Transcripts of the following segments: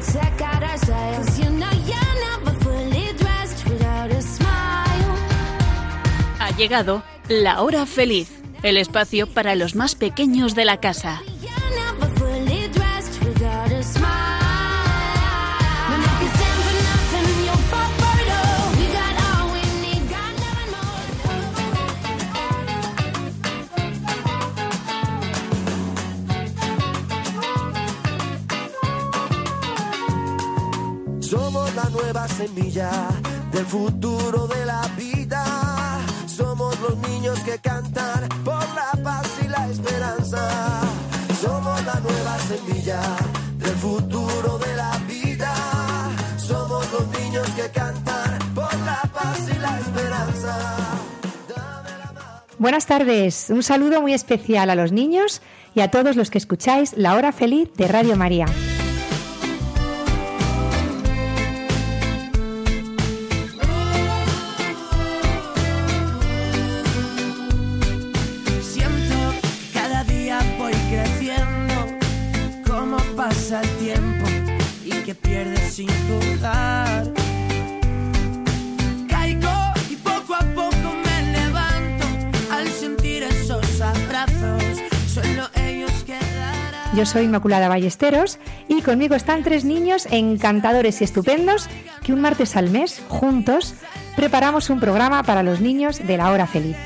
check out our style. 'Cause you know you're never fully dressed without a smile. Ha llegado La Hora Feliz, el espacio para los más pequeños de la casa. Somos la nueva semilla del futuro de la vida. Somos los niños que cantan por la paz y la esperanza. Somos la nueva semilla del futuro de la vida. Somos los niños que cantan por la paz y la esperanza. Buenas tardes, un saludo muy especial a los niños y a todos los que escucháis La Hora Feliz de Radio María. Pasa el tiempo y que pierdes sin jugar. Caigo y poco a poco me levanto al sentir esos abrazos. Solo ellos quedarán. Yo soy Inmaculada Ballesteros y conmigo están 3 niños encantadores y estupendos que un martes al mes, juntos, preparamos un programa para los niños de La Hora Feliz.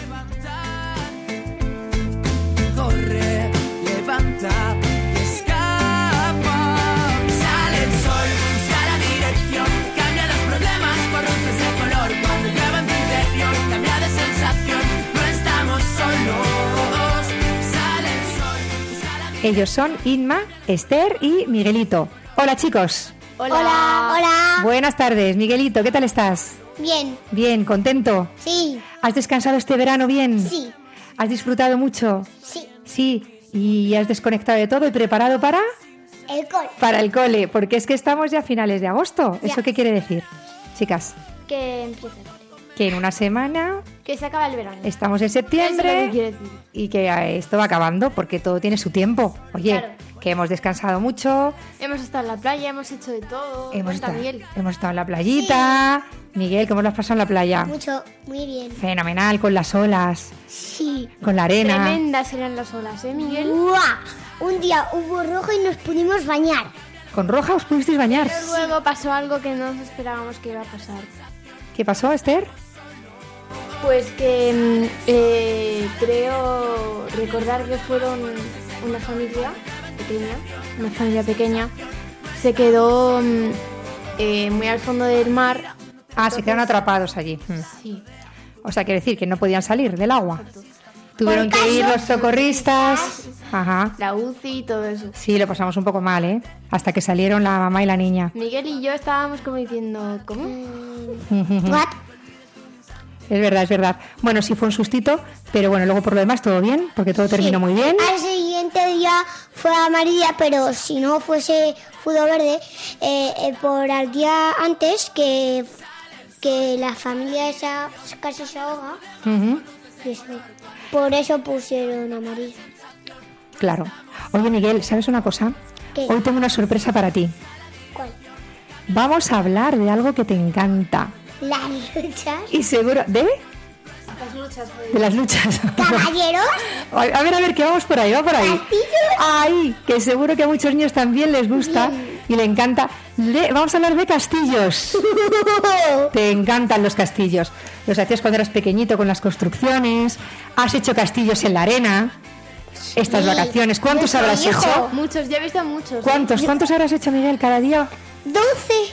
Corre, levanta. Ellos son Inma, Esther y Miguelito. Hola, chicos. Hola. Hola. Buenas tardes. Miguelito, ¿qué tal estás? Bien. Bien, ¿contento? Sí. ¿Has descansado este verano bien? Sí. ¿Has disfrutado mucho? Sí. Sí. ¿Y has desconectado de todo y preparado para? El cole. Para el cole, porque es que estamos ya a finales de agosto. Ya. ¿Eso qué quiere decir, chicas? Que empieza el cole. Que en una semana Que se acaba el verano. estamos en septiembre. Eso es lo que quiere decir. Y que esto va acabando porque todo tiene su tiempo. Oye, Claro. que hemos descansado mucho. Hemos estado en la playa, hemos hecho de todo. Hemos Cuenta, Miguel. estado en la playita. Sí. Miguel, ¿cómo lo has pasado en la playa? Mucho, muy bien. Fenomenal, con las olas, Sí. con la arena. Tremendas eran las olas, ¿eh, Miguel? ¡Guau! Un día hubo rojo y nos pudimos bañar. ¿Con roja os pudisteis bañar? Pero luego pasó algo que no nos esperábamos que iba a pasar. ¿Qué pasó, Esther? Pues que creo recordar que fueron una familia pequeña, se quedó muy al fondo del mar. Ah, se quedaron atrapados allí. Sí. O sea, quiere decir que no podían salir del agua. Exacto. Tuvieron que ir los socorristas. Ajá. La UCI y todo eso. Sí, lo pasamos un poco mal, ¿eh? Hasta que salieron la mamá y la niña. Miguel y yo estábamos como diciendo, ¿cómo? ¿What? Es verdad. Bueno, sí fue un sustito, pero bueno, luego por lo demás todo bien, porque todo terminó muy bien. Al siguiente día fue amarilla, pero si no fuese fútbol verde, por el día antes que la familia esa casi se ahoga, Ujú. por eso pusieron amarilla. Claro. Oye, Miguel, ¿sabes una cosa? ¿Qué? Hoy tengo una sorpresa para ti. ¿Cuál? Vamos a hablar de algo que te encanta. Las luchas. Y seguro... ¿De? Las luchas. De las luchas. ¿Caballeros? A ver, que vamos por ahí, va por ahí. ¿Castillos? Ay, que seguro que a muchos niños también les gusta y le encanta. Vamos a hablar de castillos. Te encantan los castillos. Los hacías cuando eras pequeñito con las construcciones. Has hecho castillos en la arena. Estas vacaciones. ¿Cuántos Yo soy habrás hijo. hecho? Muchos, ya he visto muchos. ¿Cuántos habrás hecho, Miguel, cada día? 12.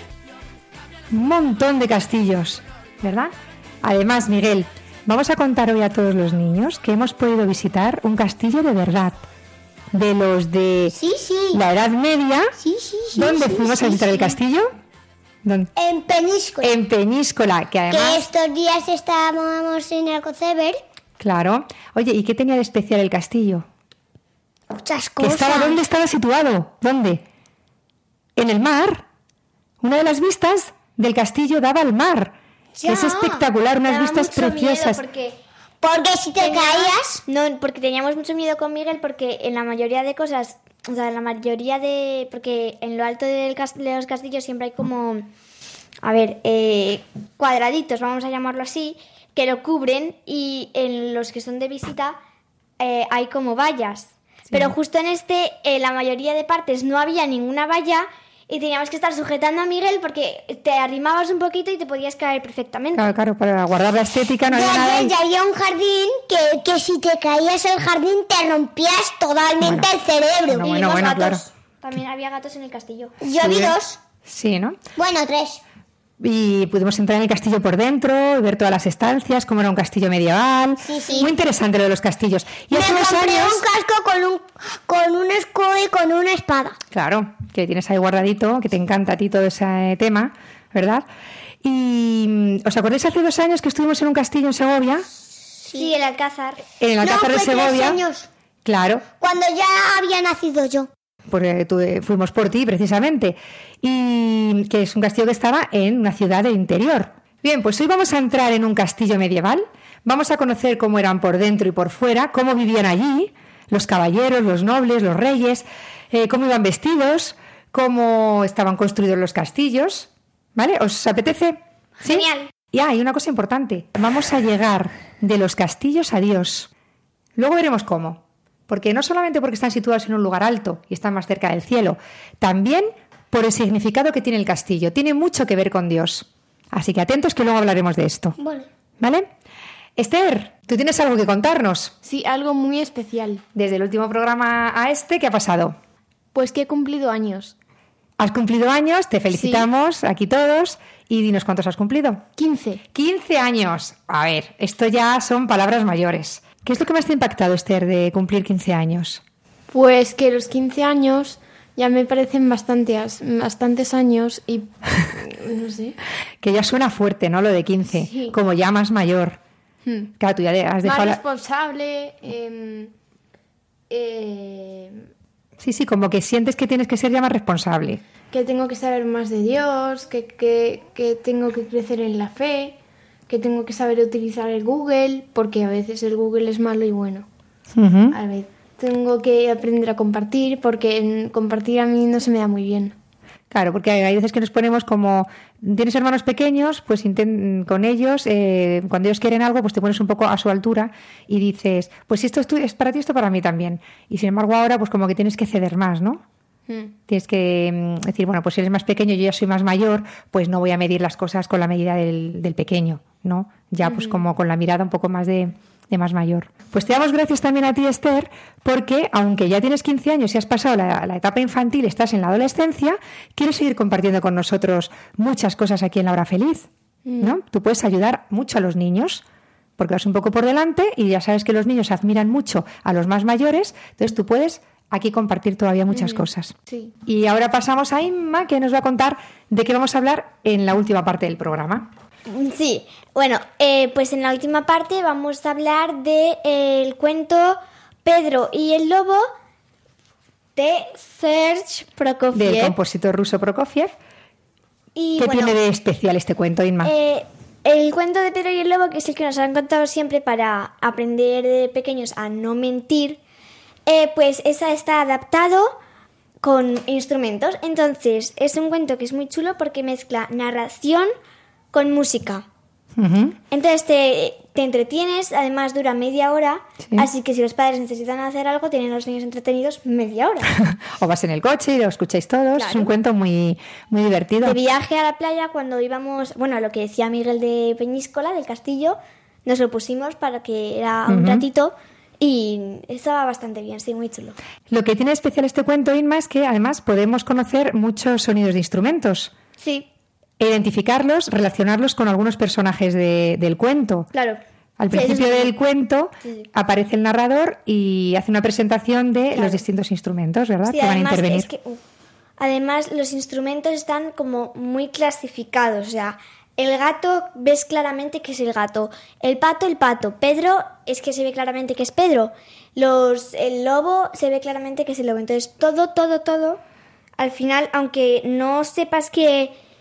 Un montón de castillos, ¿verdad? Además, Miguel, vamos a contar hoy a todos los niños que hemos podido visitar un castillo de verdad, de los de Sí. la Edad Media. Sí. ¿Dónde fuimos a visitar el castillo? ¿Dónde? En Peñíscola. En Peñíscola, que además... Que estos días estábamos en Alcoceber. Claro. Oye, ¿y qué tenía de especial el castillo? Muchas Que cosas. ¿Dónde estaba situado? ¿Dónde? En el mar. Una de las vistas del castillo daba al mar. Ya. Es espectacular, unas Daba vistas mucho preciosas. miedo Porque si te caías... No, porque teníamos mucho miedo con Miguel porque en la mayoría de cosas o sea, la mayoría de... Porque en lo alto de los castillos siempre hay como... A ver, cuadraditos, vamos a llamarlo así, que lo cubren, y en los que son de visita hay como vallas. Sí. Pero justo en la mayoría de partes no había ninguna valla y teníamos que estar sujetando a Miguel porque te arrimabas un poquito y te podías caer perfectamente. Claro, para guardar la estética no había nada. Ya había un jardín que si te caías el jardín te rompías totalmente el cerebro. Bueno, gatos. Claro. También había gatos en el castillo. Yo vi 2. Sí, ¿no? Bueno, 3. Y pudimos entrar en el castillo por dentro, ver todas las estancias, cómo era un castillo medieval. Sí. Muy interesante lo de los castillos. Y me hace unos compré años... un casco con un escudo y con una espada. Claro, que tienes ahí guardadito, que te encanta a ti todo ese tema, ¿verdad? Y ¿os acordáis hace 2 años que estuvimos en un castillo en Segovia? Sí, el Alcázar. En el Alcázar de Segovia. 3 años. Claro. Cuando ya había nacido yo. Porque fuimos por ti, precisamente. Y que es un castillo que estaba en una ciudad del interior. Bien, pues hoy vamos a entrar en un castillo medieval. Vamos a conocer cómo eran por dentro y por fuera, cómo vivían allí los caballeros, los nobles, los reyes, cómo iban vestidos, cómo estaban construidos los castillos. ¿Vale? ¿Os apetece? ¿Sí? Genial. Y hay una cosa importante. Vamos a llegar de los castillos a Dios. Luego veremos cómo. Porque no solamente porque están situados en un lugar alto y están más cerca del cielo, también por el significado que tiene el castillo. Tiene mucho que ver con Dios. Así que atentos que luego hablaremos de esto. ¿Vale? Esther, ¿tú tienes algo que contarnos? Sí, algo muy especial. Desde el último programa a este, ¿qué ha pasado? Pues que he cumplido años. Has cumplido años, te felicitamos aquí todos. Y dinos cuántos has cumplido. 15. 15 años. A ver, esto ya son palabras mayores. ¿Qué es lo que más te ha impactado, Esther, de cumplir 15 años? Pues que los 15 años ya me parecen bastantes años y no sé. Que ya suena fuerte, ¿no? Lo de 15, sí. Como ya más mayor. Claro, tú ya has dejado... Más responsable. Sí, como que sientes que tienes que ser ya más responsable. Que tengo que saber más de Dios, que tengo que crecer en la fe, que tengo que saber utilizar el Google, porque a veces el Google es malo y bueno. Uh-huh. A ver, tengo que aprender a compartir, porque compartir a mí no se me da muy bien. Claro, porque hay veces que nos ponemos como... Tienes hermanos pequeños, pues con ellos, cuando ellos quieren algo, pues te pones un poco a su altura y dices, pues si esto es para ti, esto para mí también. Y sin embargo ahora, pues como que tienes que ceder más, ¿no? Tienes que decir, bueno, pues si eres más pequeño, yo ya soy más mayor, pues no voy a medir las cosas con la medida del pequeño, ¿no? Ya pues como con la mirada un poco más de más mayor. Pues te damos gracias también a ti, Esther, porque aunque ya tienes 15 años y has pasado la etapa infantil, estás en la adolescencia, quieres seguir compartiendo con nosotros muchas cosas aquí en La Hora Feliz, ¿no? Tú puedes ayudar mucho a los niños, porque vas un poco por delante y ya sabes que los niños admiran mucho a los más mayores, entonces tú puedes aquí compartir todavía muchas cosas. Sí. Y ahora pasamos a Inma, que nos va a contar de qué vamos a hablar en la última parte del programa. Sí, bueno, pues en la última parte vamos a hablar del cuento Pedro y el Lobo de Serge Prokofiev. Del compositor ruso Prokofiev. Y, ¿Qué tiene de especial este cuento, Inma? El cuento de Pedro y el Lobo, que es el que nos han contado siempre para aprender de pequeños a no mentir, pues esa está adaptado con instrumentos. Entonces, es un cuento que es muy chulo porque mezcla narración con música. Uh-huh. Entonces te entretienes, además dura media hora, Sí. así que si los padres necesitan hacer algo, tienen a los niños entretenidos media hora. O vas en el coche y lo escucháis todos. Claro. Es un cuento muy, muy divertido. De viaje a la playa, cuando íbamos, bueno, lo que decía Miguel de Peñíscola, del castillo, nos lo pusimos para que era un ratito y estaba bastante bien, sí, muy chulo. Lo que tiene de especial este cuento, Inma, es que además podemos conocer muchos sonidos de instrumentos. Sí, Identificarlos, relacionarlos con algunos personajes del cuento. claro. Al Sí, principio eso es del cuento Sí. aparece el narrador y hace una presentación de Claro. los distintos instrumentos, ¿verdad? Sí, que van a además, intervenir. además los instrumentos están como muy clasificados, o sea, el gato ves claramente que es el gato, el pato, Pedro es que se ve claramente que es Pedro, el lobo se ve claramente que es el lobo, entonces todo, al final, aunque no sepas que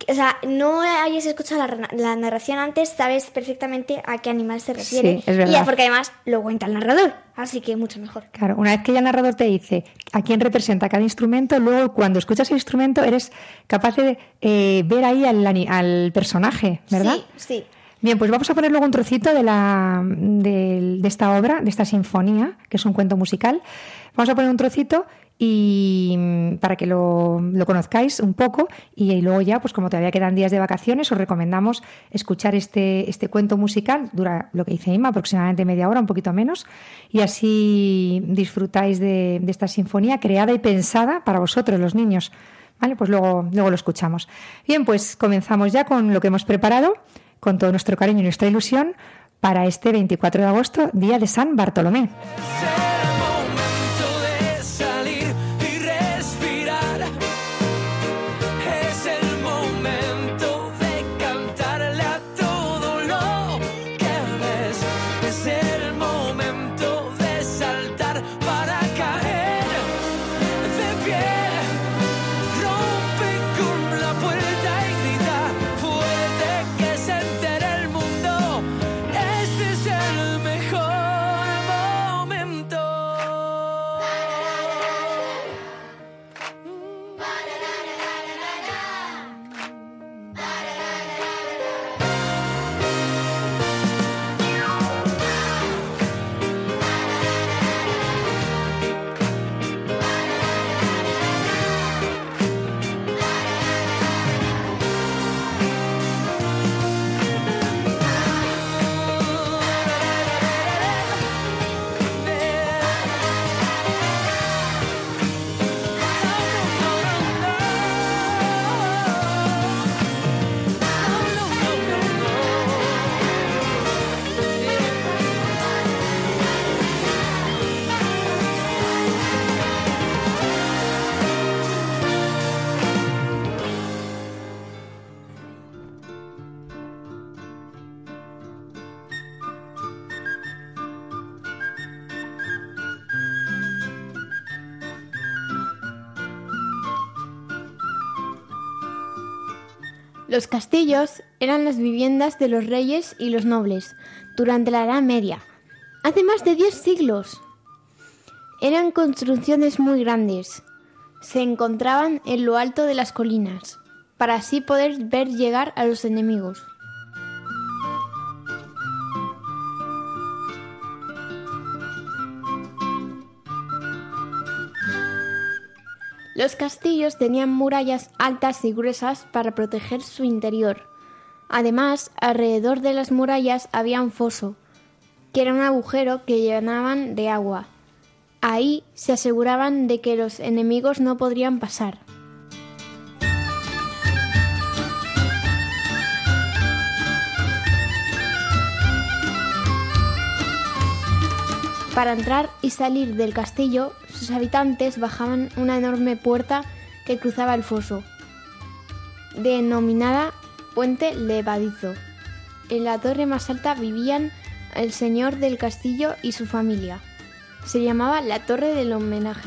o sea, no hayas escuchado la narración antes, sabes perfectamente a qué animal se refiere. Sí, es verdad. Y porque además lo cuenta el narrador, así que mucho mejor. Claro, una vez que ya el narrador te dice a quién representa cada instrumento, luego cuando escuchas el instrumento eres capaz de ver ahí al personaje, ¿verdad? Sí. Bien, pues vamos a poner luego un trocito de esta obra, de esta sinfonía, que es un cuento musical. Vamos a poner un trocito y para que lo conozcáis un poco, y luego ya, pues como todavía quedan días de vacaciones, os recomendamos escuchar este cuento musical. Dura, lo que dice Inma, aproximadamente media hora, un poquito menos, y así disfrutáis de esta sinfonía creada y pensada para vosotros, los niños. Vale, pues luego lo escuchamos. Bien, pues comenzamos ya con lo que hemos preparado, con todo nuestro cariño y nuestra ilusión, para este 24 de agosto, día de San Bartolomé. Los castillos eran las viviendas de los reyes y los nobles durante la Edad Media, hace más de 10 siglos. Eran construcciones muy grandes. Se encontraban en lo alto de las colinas, para así poder ver llegar a los enemigos. Los castillos tenían murallas altas y gruesas para proteger su interior. Además, alrededor de las murallas había un foso, que era un agujero que llenaban de agua. Ahí se aseguraban de que los enemigos no podrían pasar. Para entrar y salir del castillo, sus habitantes bajaban una enorme puerta que cruzaba el foso, denominada Puente Levadizo. En la torre más alta vivían el señor del castillo y su familia. Se llamaba la Torre del Homenaje.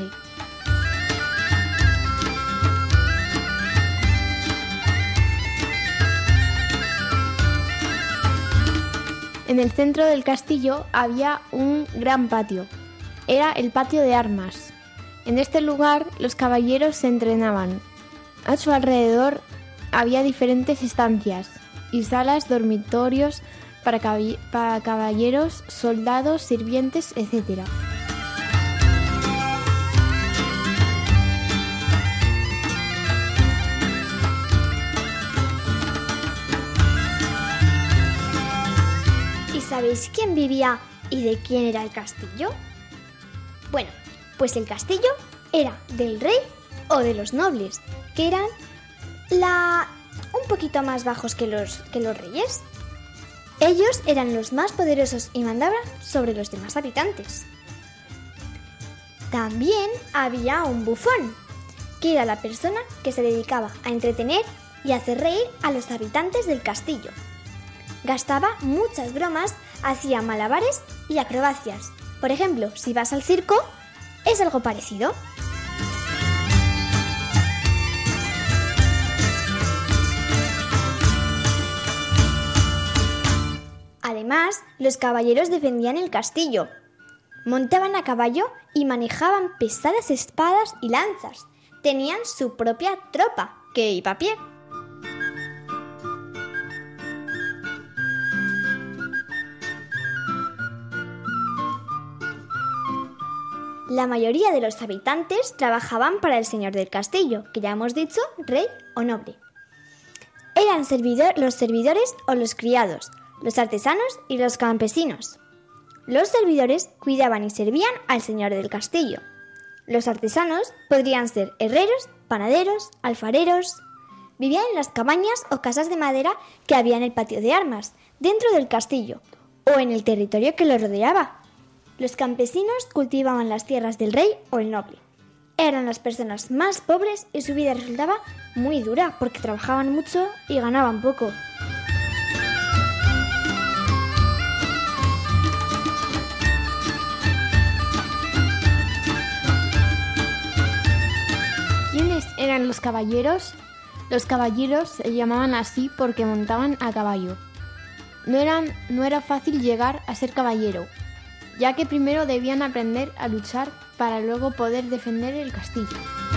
En el centro del castillo había un gran patio. Era el patio de armas. En este lugar los caballeros se entrenaban. A su alrededor había diferentes estancias y salas, dormitorios para caballeros, soldados, sirvientes, etc. ¿Y sabéis quién vivía y de quién era el castillo? Bueno, pues el castillo era del rey o de los nobles, que eran un poquito más bajos que los reyes. Ellos eran los más poderosos y mandaban sobre los demás habitantes. También había un bufón, que era la persona que se dedicaba a entretener y hacer reír a los habitantes del castillo. Gastaba muchas bromas, hacía malabares y acrobacias. Por ejemplo, si vas al circo, es algo parecido. los caballeros defendían el castillo. Montaban a caballo y manejaban pesadas espadas y lanzas. Tenían su propia tropa, que iba a pie. La mayoría de los habitantes trabajaban para el señor del castillo, que ya hemos dicho, rey o noble. Eran los servidores o los criados, los artesanos y los campesinos. Los servidores cuidaban y servían al señor del castillo. Los artesanos podrían ser herreros, panaderos, alfareros. Vivían en las cabañas o casas de madera que había en el patio de armas, dentro del castillo, o en el territorio que lo rodeaba. Los campesinos cultivaban las tierras del rey o el noble. Eran las personas más pobres y su vida resultaba muy dura porque trabajaban mucho y ganaban poco. ¿Quiénes eran los caballeros? Los caballeros se llamaban así porque montaban a caballo. No era fácil llegar a ser caballero, ya que primero debían aprender a luchar para luego poder defender el castillo.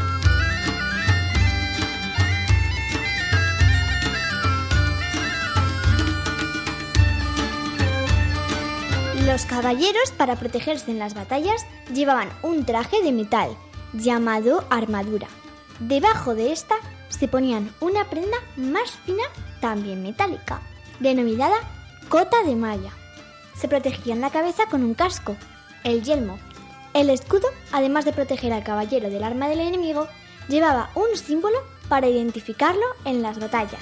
Los caballeros, para protegerse en las batallas, llevaban un traje de metal, llamado armadura. Debajo de esta se ponían una prenda más fina, también metálica, denominada cota de malla. Se protegían la cabeza con un casco, el yelmo. El escudo, además de proteger al caballero del arma del enemigo, llevaba un símbolo para identificarlo en las batallas.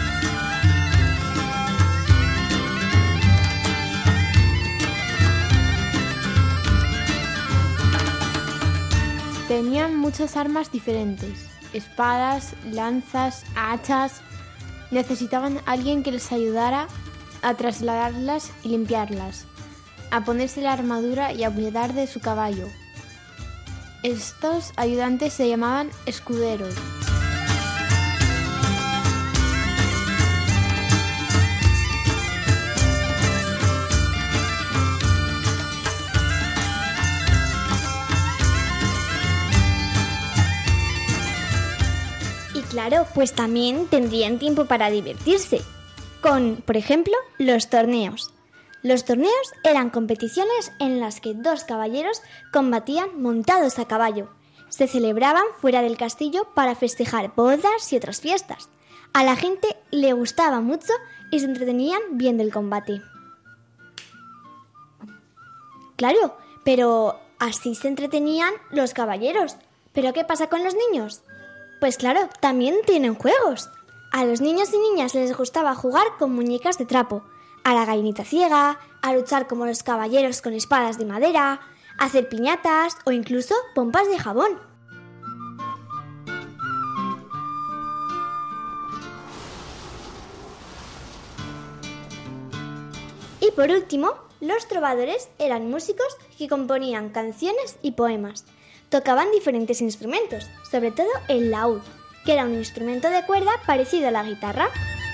Tenían muchas armas diferentes, espadas, lanzas, hachas. Necesitaban a alguien que les ayudara a trasladarlas y limpiarlas, a ponerse la armadura y a cuidar de su caballo. Estos ayudantes se llamaban escuderos. Y claro, pues también tendrían tiempo para divertirse, con, por ejemplo, los torneos. Los torneos eran competiciones en las que dos caballeros combatían montados a caballo. Se celebraban fuera del castillo para festejar bodas y otras fiestas. A la gente le gustaba mucho y se entretenían viendo el combate. Claro, pero así se entretenían los caballeros. ¿Pero qué pasa con los niños? Pues claro, también tienen juegos. A los niños y niñas les gustaba jugar con muñecas de trapo, a la gallinita ciega, a luchar como los caballeros con espadas de madera, a hacer piñatas o incluso pompas de jabón. Y por último, los trovadores eran músicos que componían canciones y poemas. Tocaban diferentes instrumentos, sobre todo el laúd, que era un instrumento de cuerda parecido a la guitarra.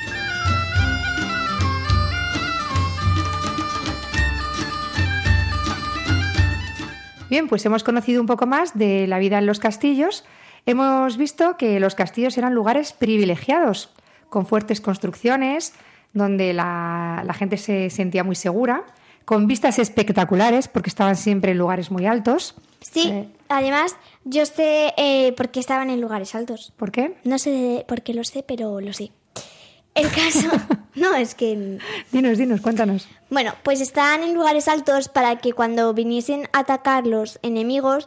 Bien, pues hemos conocido un poco más de la vida en los castillos. Hemos visto que los castillos eran lugares privilegiados, con fuertes construcciones, donde la gente se sentía muy segura, con vistas espectaculares, porque estaban siempre en lugares muy altos. Sí, además yo sé por qué estaban en lugares altos. ¿Por qué? No sé por qué lo sé, pero lo sé. El caso... No, es que... Dinos, cuéntanos. Bueno, pues estaban en lugares altos para que cuando viniesen a atacar los enemigos,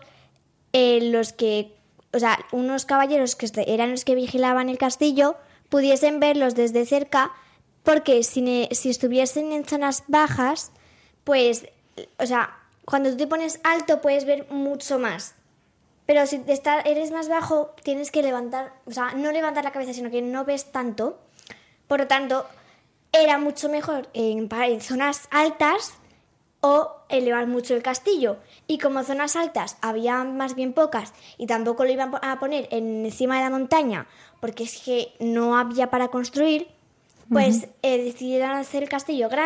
unos caballeros que eran los que vigilaban el castillo, pudiesen verlos desde cerca, porque si estuviesen en zonas bajas, pues, cuando tú te pones alto puedes ver mucho más. Pero si eres más bajo, tienes que no levantar la cabeza, sino que no ves tanto. Por lo tanto, era mucho mejor en zonas altas o elevar mucho el castillo. Y como zonas altas había más bien pocas y tampoco lo iban a poner encima de la montaña porque es que no había para construir, pues decidieron hacer el castillo grande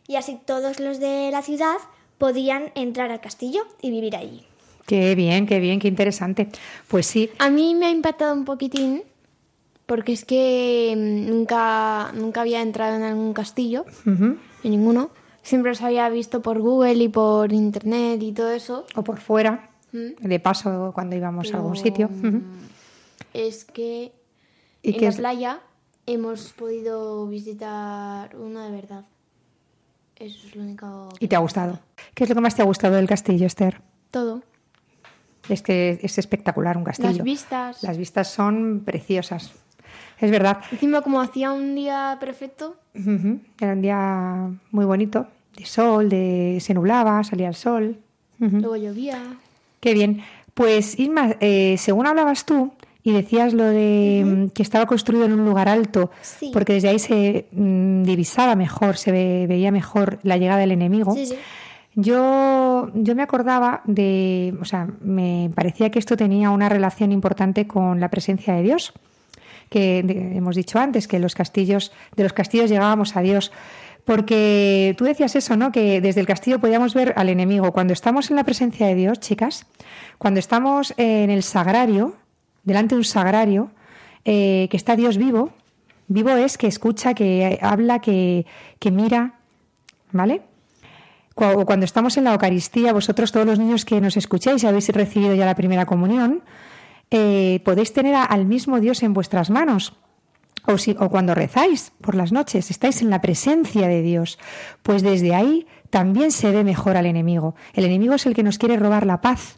y así todos los de la ciudad podían entrar al castillo y vivir allí. Qué bien, qué interesante. Pues sí. A mí me ha impactado un poquitín porque es que nunca había entrado en algún castillo, Ujú. en ninguno. Siempre los había visto por Google y por internet y todo eso. O por fuera, de paso cuando íbamos a algún sitio. Ujú. Es que ¿Y en qué la es? playa hemos podido visitar uno de verdad. Eso es lo único. ¿Y te ha gustado? ¿Qué es lo que más te ha gustado del castillo, Esther? Todo. Es que es espectacular un castillo. Las vistas. Las vistas son preciosas. Es verdad. Encima, como hacía un día perfecto, Ujú. Era un día muy bonito, de sol, se nublaba, salía el sol. Ujú. luego llovía. Qué bien. Pues Isma, según hablabas tú y decías lo de que estaba construido en un lugar alto, Sí. porque desde ahí se divisaba mejor, veía mejor la llegada del enemigo. Sí, sí. Yo me acordaba o sea, me parecía que esto tenía una relación importante con la presencia de Dios, que hemos dicho antes, que de los castillos llegábamos a Dios. Porque tú decías eso, ¿no? Que desde el castillo podíamos ver al enemigo. Cuando estamos en la presencia de Dios, chicas, cuando estamos en el sagrario, delante de un sagrario, que está Dios vivo es que escucha, que habla, que mira, ¿vale? O cuando estamos en la Eucaristía, vosotros todos los niños que nos escucháis y habéis recibido ya la primera comunión, podéis tener al mismo Dios en vuestras manos. O cuando rezáis por las noches, estáis en la presencia de Dios, pues desde ahí también se ve mejor al enemigo. El enemigo es el que nos quiere robar la paz,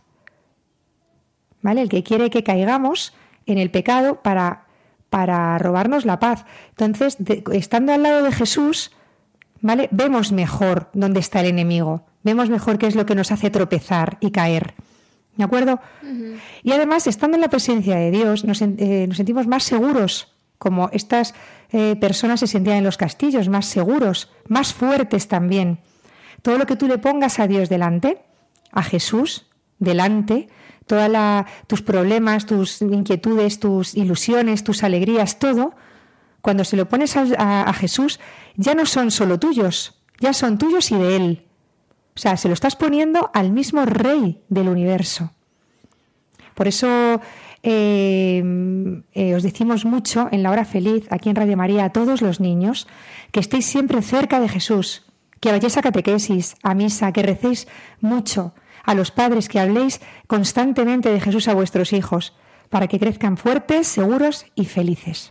¿vale? El que quiere que caigamos en el pecado para robarnos la paz. Entonces, estando al lado de Jesús, ¿vale? Vemos mejor dónde está el enemigo, vemos mejor qué es lo que nos hace tropezar y caer. ¿De acuerdo? Uh-huh. Y además, estando en la presencia de Dios, nos sentimos más seguros, como estas personas se sentían en los castillos, más seguros, más fuertes también. Todo lo que tú le pongas a Dios delante, a Jesús delante, tus problemas, tus inquietudes, tus ilusiones, tus alegrías, todo, cuando se lo pones a Jesús, ya no son solo tuyos, ya son tuyos y de Él. O sea, se lo estás poniendo al mismo Rey del universo. Por eso os decimos mucho en la hora feliz, aquí en Radio María, a todos los niños, que estéis siempre cerca de Jesús, que vayáis a catequesis, a misa, que recéis mucho, a los padres que habléis constantemente de Jesús a vuestros hijos, para que crezcan fuertes, seguros y felices.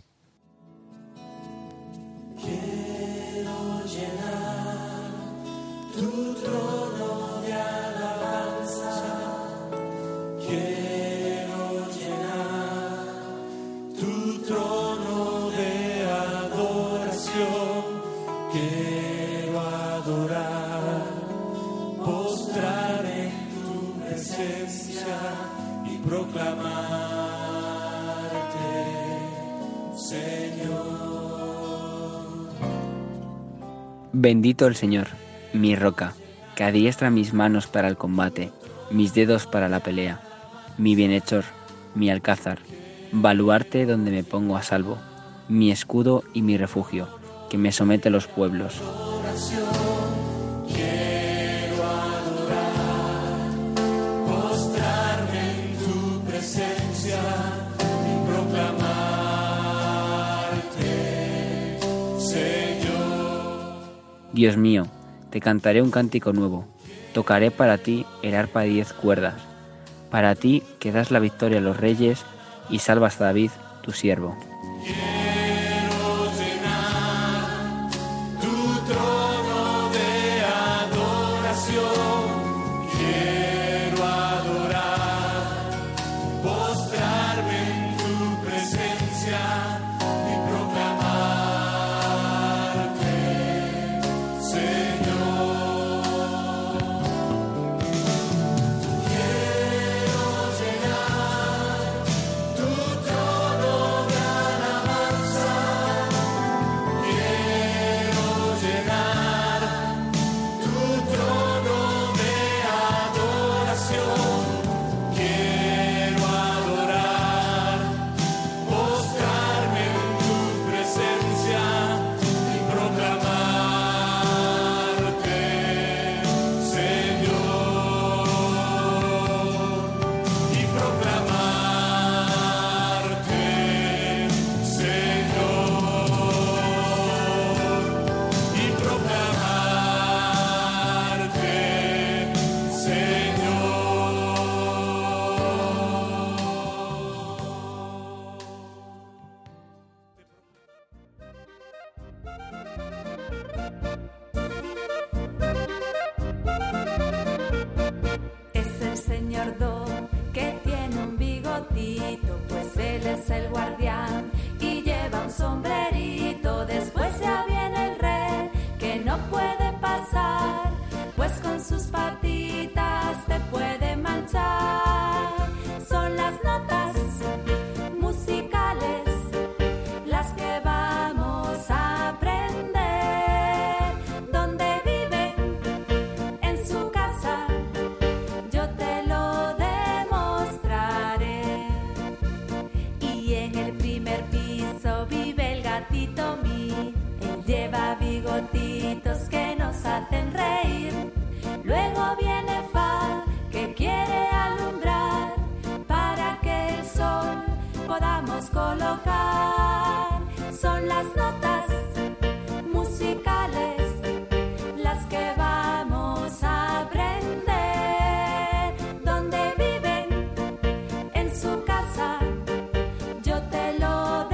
Bendito el Señor, mi roca, que adiestra mis manos para el combate, mis dedos para la pelea, mi bienhechor, mi alcázar, baluarte donde me pongo a salvo, mi escudo y mi refugio, que me somete a los pueblos. Dios mío, te cantaré un cántico nuevo, tocaré para ti el arpa de 10 cuerdas, para ti que das la victoria a los reyes y salvas a David, tu siervo. podamos colocar. Son las notas musicales las que vamos a aprender. Donde viven, en su casa, yo te lo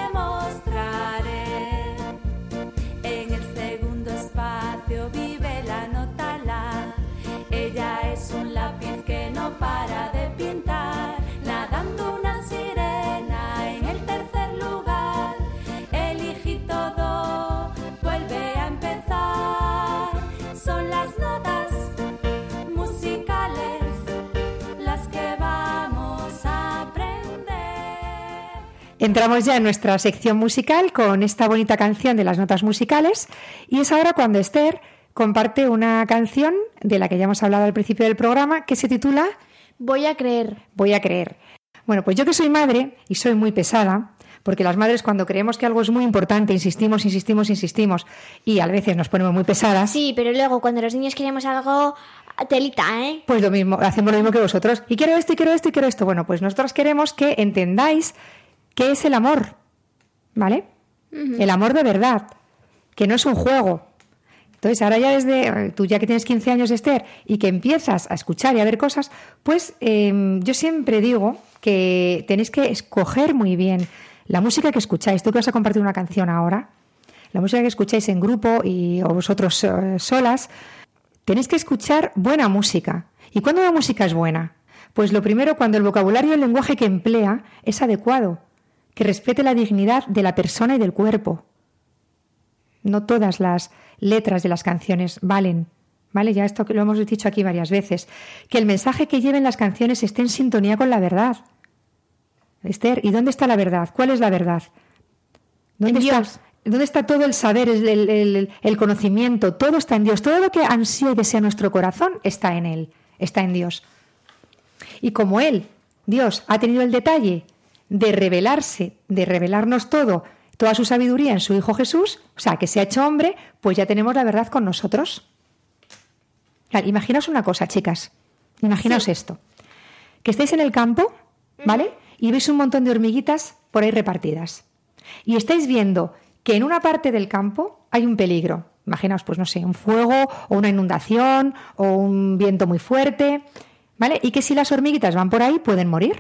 demostraré. En el segundo espacio vive la nota la. Ella es un lápiz que no para de pintar, nadando una sirena en el tercer lugar. El hijito do vuelve a empezar. Son las notas musicales las que vamos a aprender. Entramos ya en nuestra sección musical con esta bonita canción de las notas musicales, y es ahora cuando Esther comparte una canción de la que ya hemos hablado al principio del programa, que se titula Voy a creer. Voy a creer. Bueno, pues yo que soy madre y soy muy pesada, porque las madres cuando creemos que algo es muy importante insistimos y a veces nos ponemos muy pesadas. Sí, pero luego cuando los niños queremos algo, telita, ¿eh? Pues lo mismo, hacemos lo mismo que vosotros. Y quiero esto, y quiero esto, y quiero esto. Bueno, pues nosotros queremos que entendáis qué es el amor, ¿vale? El amor de verdad, que no es un juego. Entonces, ahora ya tú ya que tienes 15 años, Esther, y que empiezas a escuchar y a ver cosas, pues yo siempre digo que tenéis que escoger muy bien la música que escucháis. Tú que vas a compartir una canción ahora, la música que escucháis en grupo o vosotros solas, tenéis que escuchar buena música. ¿Y cuándo la música es buena? Pues lo primero, cuando el vocabulario y el lenguaje que emplea es adecuado, que respete la dignidad de la persona y del cuerpo. No todas las letras de las canciones valen, ¿vale? Ya esto lo hemos dicho aquí varias veces. Que el mensaje que lleven las canciones esté en sintonía con la verdad. Esther, ¿y dónde está la verdad? ¿Cuál es la verdad? ¿Dónde está todo el saber, el conocimiento? Todo está en Dios. Todo lo que ansía y desea nuestro corazón está en Él, está en Dios. Y como Él, Dios, ha tenido el detalle de revelarnos toda su sabiduría en su Hijo Jesús, o sea, que se ha hecho hombre, pues ya tenemos la verdad con nosotros. Claro, imaginaos una cosa, chicas. Imaginaos esto. Que estáis en el campo, ¿vale? Y veis un montón de hormiguitas por ahí repartidas. Y estáis viendo que en una parte del campo hay un peligro. Imaginaos, pues no sé, un fuego o una inundación o un viento muy fuerte, ¿vale? Y que si las hormiguitas van por ahí pueden morir.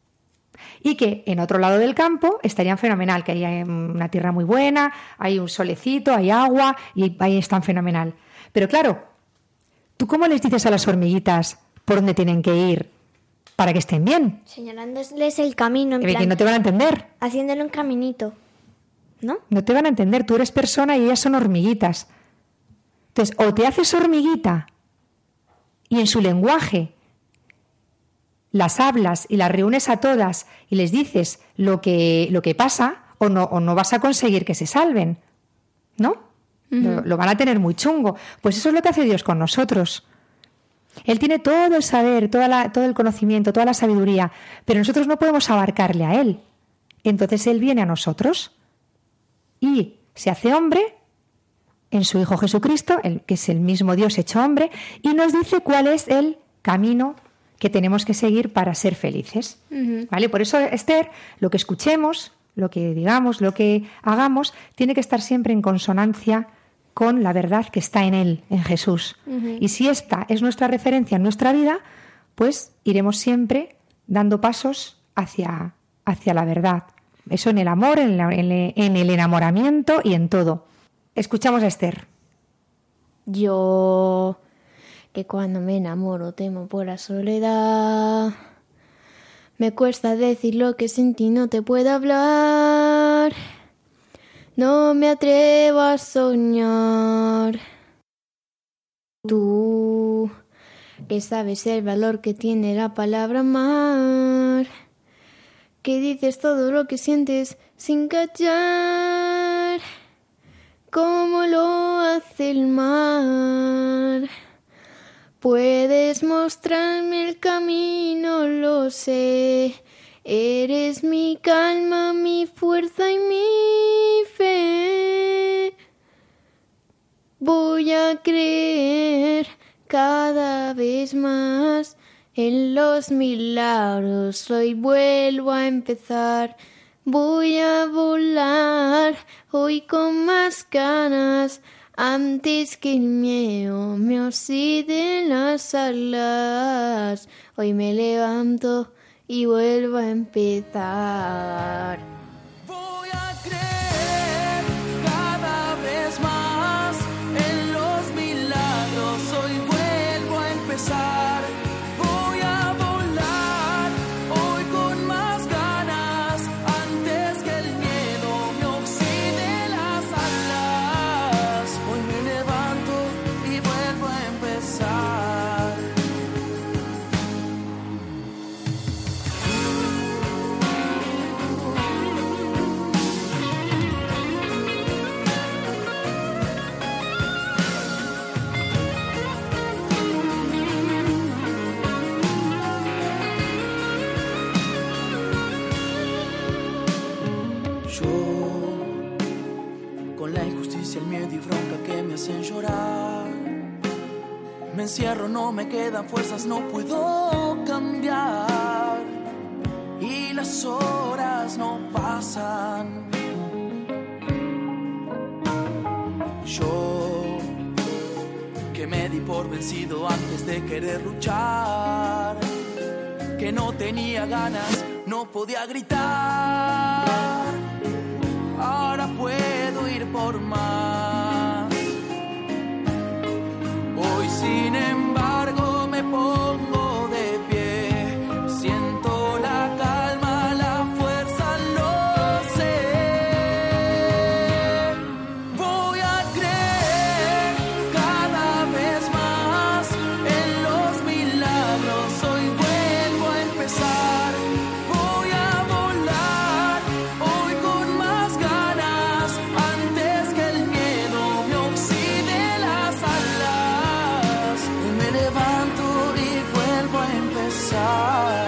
Y que en otro lado del campo estarían fenomenal, que hay una tierra muy buena, hay un solecito, hay agua y ahí están fenomenal. Pero claro, ¿tú cómo les dices a las hormiguitas por dónde tienen que ir para que estén bien? Señalándoles el camino, en Que plan, no te van a entender. haciéndole un caminito, ¿no? No te van a entender, tú eres persona y ellas son hormiguitas. Entonces, o te haces hormiguita y en su lenguaje las hablas y las reúnes a todas y les dices lo que pasa, o no vas a conseguir que se salven, ¿no? Lo van a tener muy chungo. Pues eso es lo que hace Dios con nosotros. Él tiene todo el saber, todo el conocimiento, toda la sabiduría, pero nosotros no podemos abarcarle a Él. Entonces Él viene a nosotros y se hace hombre en su Hijo Jesucristo, que es el mismo Dios hecho hombre, y nos dice cuál es el camino que tenemos que seguir para ser felices. ¿Vale? Por eso, Esther, lo que escuchemos, lo que digamos, lo que hagamos, tiene que estar siempre en consonancia con la verdad que está en Él, en Jesús. Y si esta es nuestra referencia en nuestra vida, pues iremos siempre dando pasos hacia la verdad. Eso en el amor, en el enamoramiento y en todo. Escuchamos a Esther. Yo, que cuando me enamoro temo por la soledad. Me cuesta decir lo que sin ti no te puedo hablar. No me atrevo a soñar. Tú, que sabes el valor que tiene la palabra amar. Que dices todo lo que sientes sin callar. Como lo hace el mar. Puedes mostrarme el camino, lo sé. Eres mi calma, mi fuerza y mi fe. Voy a creer cada vez más En los milagros hoy vuelvo a empezar. Voy a volar hoy con más ganas, antes que el miedo me oxide las alas. Hoy me levanto y vuelvo a empezar. Voy a creer cada vez más en los milagros. Hoy vuelvo a empezar. Voy a volar hoy con más ganas, antes que el miedo me oxide las alas. Hoy me levanto y vuelvo a empezar. Con la injusticia, el miedo y bronca que me hacen llorar, me encierro, no me quedan fuerzas, no puedo cambiar. Y las horas no pasan. Yo, que me di por vencido antes de querer luchar, que no tenía ganas, no podía gritar. Ahora puedo ir por más. Hoy, sin embargo, me pongo de pie. Siento la calma, la fuerza, lo sé. Voy a creer cada vez más en los milagros. Hoy vuelvo a empezar. Voy a volar hoy con más ganas, antes que el miedo me oxide las alas. Hoy me levanto y vuelvo a empezar.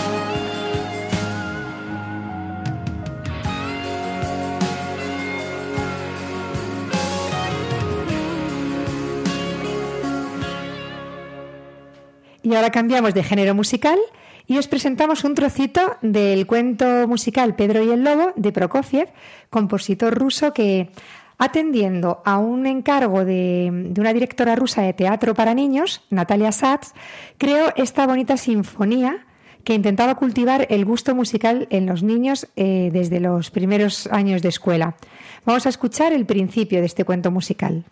Y ahora cambiamos de género musical y os presentamos un trocito del cuento musical Pedro y el Lobo de Prokofiev, compositor ruso que, atendiendo a un encargo de una directora rusa de teatro para niños, Natalia Satz, creó esta bonita sinfonía que intentaba cultivar el gusto musical en los niños desde los primeros años de escuela. Vamos a escuchar el principio de este cuento musical.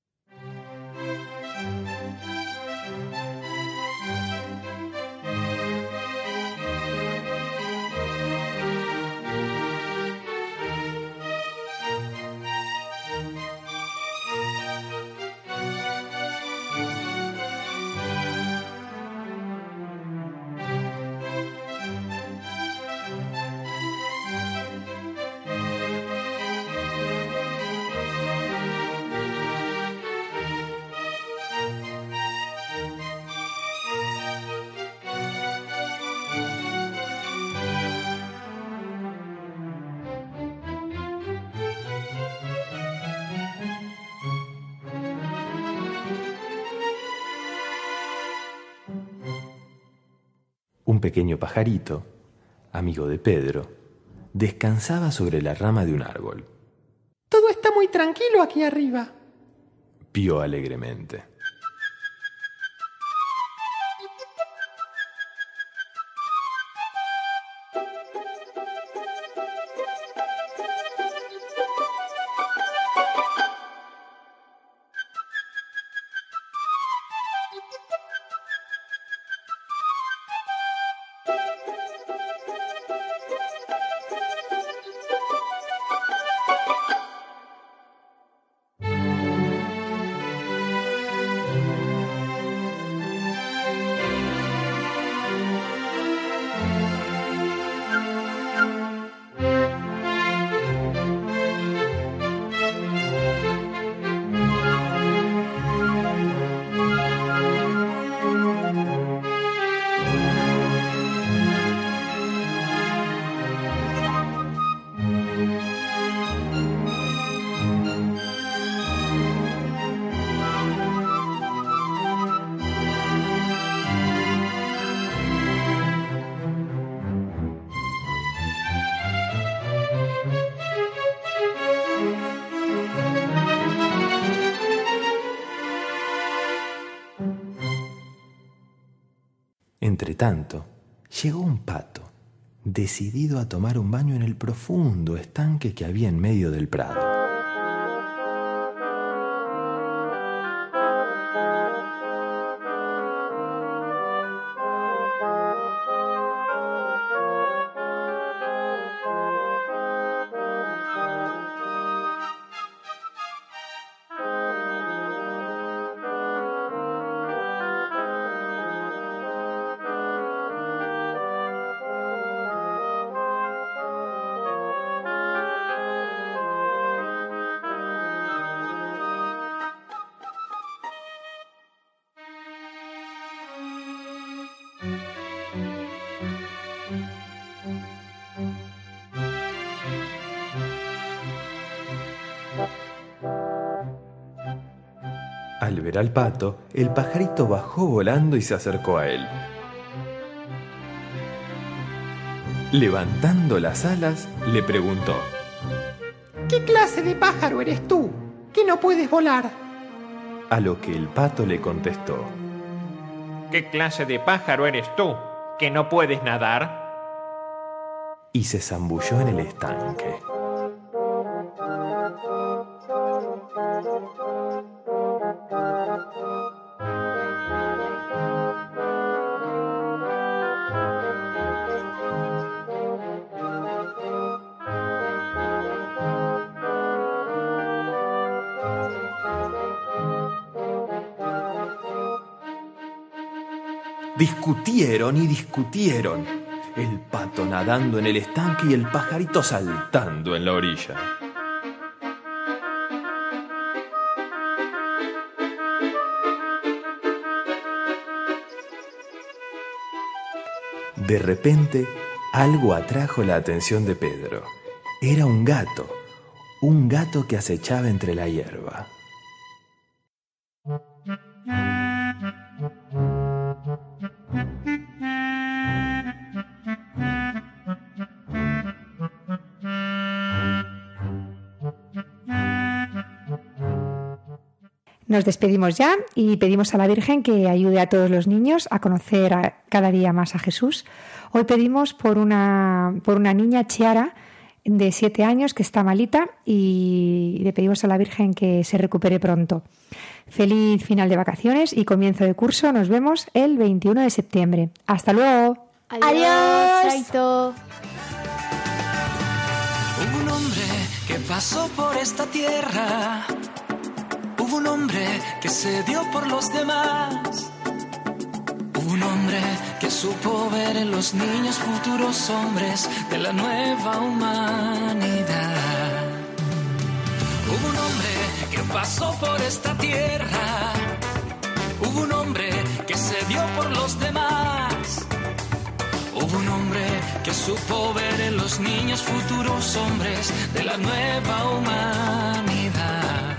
Un pequeño pajarito, amigo de Pedro, descansaba sobre la rama de un árbol. Todo está muy tranquilo aquí arriba. Pió alegremente. Entretanto, llegó un pato, decidido a tomar un baño en el profundo estanque que había en medio del prado. Al ver al pato, el pajarito bajó volando y se acercó a él. Levantando las alas, le preguntó: ¿Qué clase de pájaro eres tú, que no puedes volar? A lo que el pato le contestó: ¿Qué clase de pájaro eres tú, que no puedes nadar? Y se zambulló en el estanque. Discutieron y discutieron, el pato nadando en el estanque y el pajarito saltando en la orilla. De repente, algo atrajo la atención de Pedro. Era un gato que acechaba entre la hierba. Nos despedimos ya y pedimos a la Virgen que ayude a todos los niños a conocer cada día más a Jesús. Hoy pedimos por una niña, Chiara, de 7 años, que está malita, y le pedimos a la Virgen que se recupere pronto. Feliz final de vacaciones y comienzo de curso. Nos vemos el 21 de septiembre. ¡Hasta luego! ¡Adiós! ¡Chaito! Hubo un hombre que pasó por esta tierra. Hubo un hombre que se dio por los demás. Hubo un hombre que supo ver en los niños futuros hombres de la nueva humanidad. Hubo un hombre que pasó por esta tierra. Hubo un hombre que se dio por los demás. Hubo un hombre que supo ver en los niños futuros hombres de la nueva humanidad.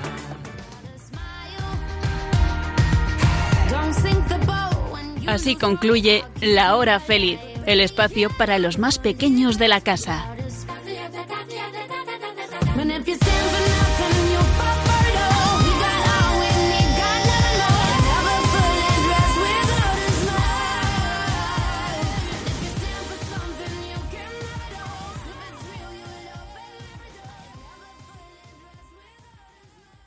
Así concluye La Hora Feliz, el espacio para los más pequeños de la casa.